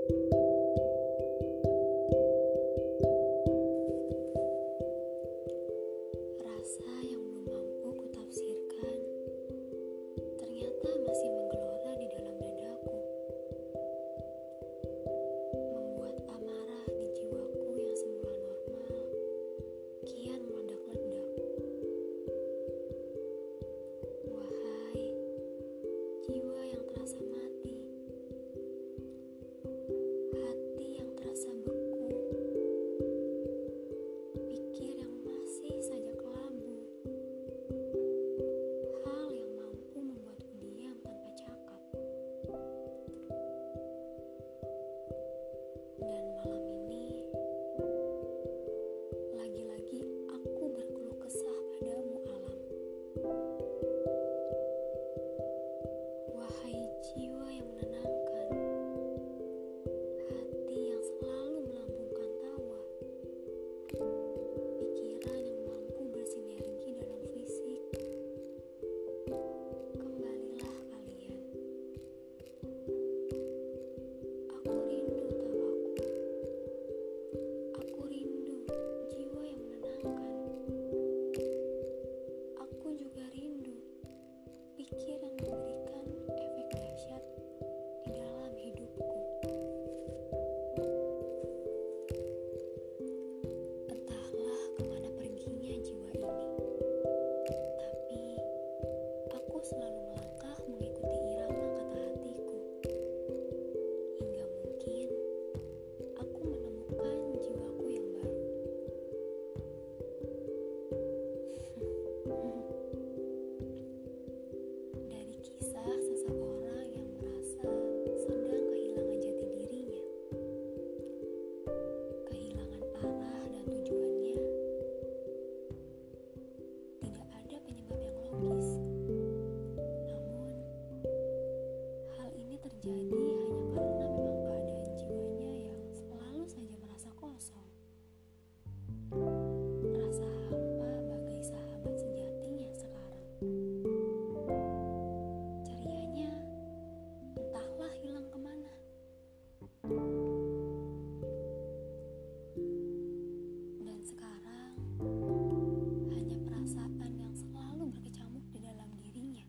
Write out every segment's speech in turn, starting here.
Rasa yang belum mampu kutafsirkan ternyata masih menggelora di dalam dadaku, membuat amarah di jiwaku yang semula normal kian meledak-ledak. Wahai jiwa yang terasa mati, hati yang terasa beku, pikir yang masih saja kelabu, hal yang mampu membuatku diam tanpa cakap. Dan malam ini, lagi-lagi aku berkeluh kesah padamu alam. Wahai jiwa yang menenangkan, hati yang selalu melambungkan tawa, pikiran yang mampu bersinergi dalam fisik, kembalilah kalian. Aku rindu tawaku, aku rindu jiwa yang menenangkan. Aku juga rindu pikir yang memberikan efek dahsyat di dalam hidupku. Entahlah kemana perginya jiwa ini, tapi aku selalu melangkah mengikuti irama kata hatiku, hingga mungkin aku menemukan jiwaku yang baru. Dari kisah seseorang yang merasa sedang kehilangan jati dirinya, kehilangan arah dan tujuannya, tidak ada penyebab yang logis. Namun, hal ini terjadi hanya karena memang keadaan jiwanya yang selalu saja merasa kosong. Rasa hampa bagai sahabat sejatinya sekarang. Cerianya entahlah hilang kemana. Dan sekarang hanya perasaan yang selalu berkecamuk di dalam dirinya,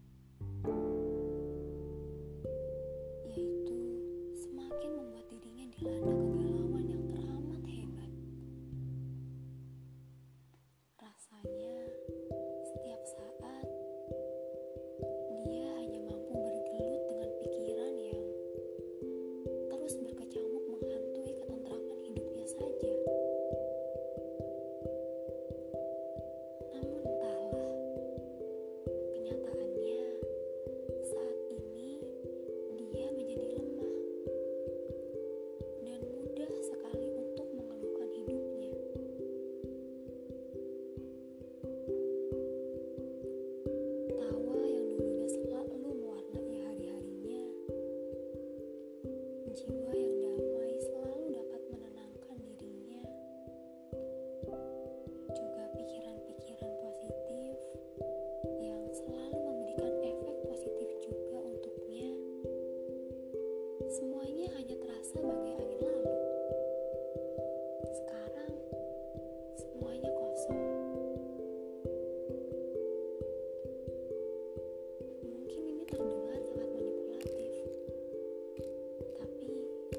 yaitu semakin membuat dirinya dilanda kegalauan yang teramat hebat. Rasanya setiap saat dia hanya mampu bergelut dengan pikiran yang terus berkecamuk menghantui ketentraman hidupnya saja. Namun entahlah, kenyataannya saat ini dia menjadi lemah dan mudah sekali untuk mengeluhkan hidupnya. Tawa yang dulunya selalu mewarnai hari-harinya, jiwa yang damai selalu dapat menenangkan dirinya, juga pikiran-pikiran positif yang selalu memberikan efek positif juga untuknya. Semuanya hanya terasa bagai angin lalu. Sekarang semuanya kosong. Mungkin ini terdengar sangat manipulatif, tapi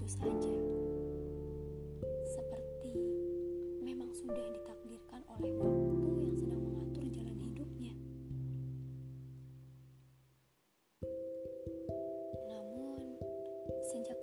begitu saja, seperti memang sudah ditakdirkan oleh waktu yang sedang mengatur jalan hidupnya. Namun, sejak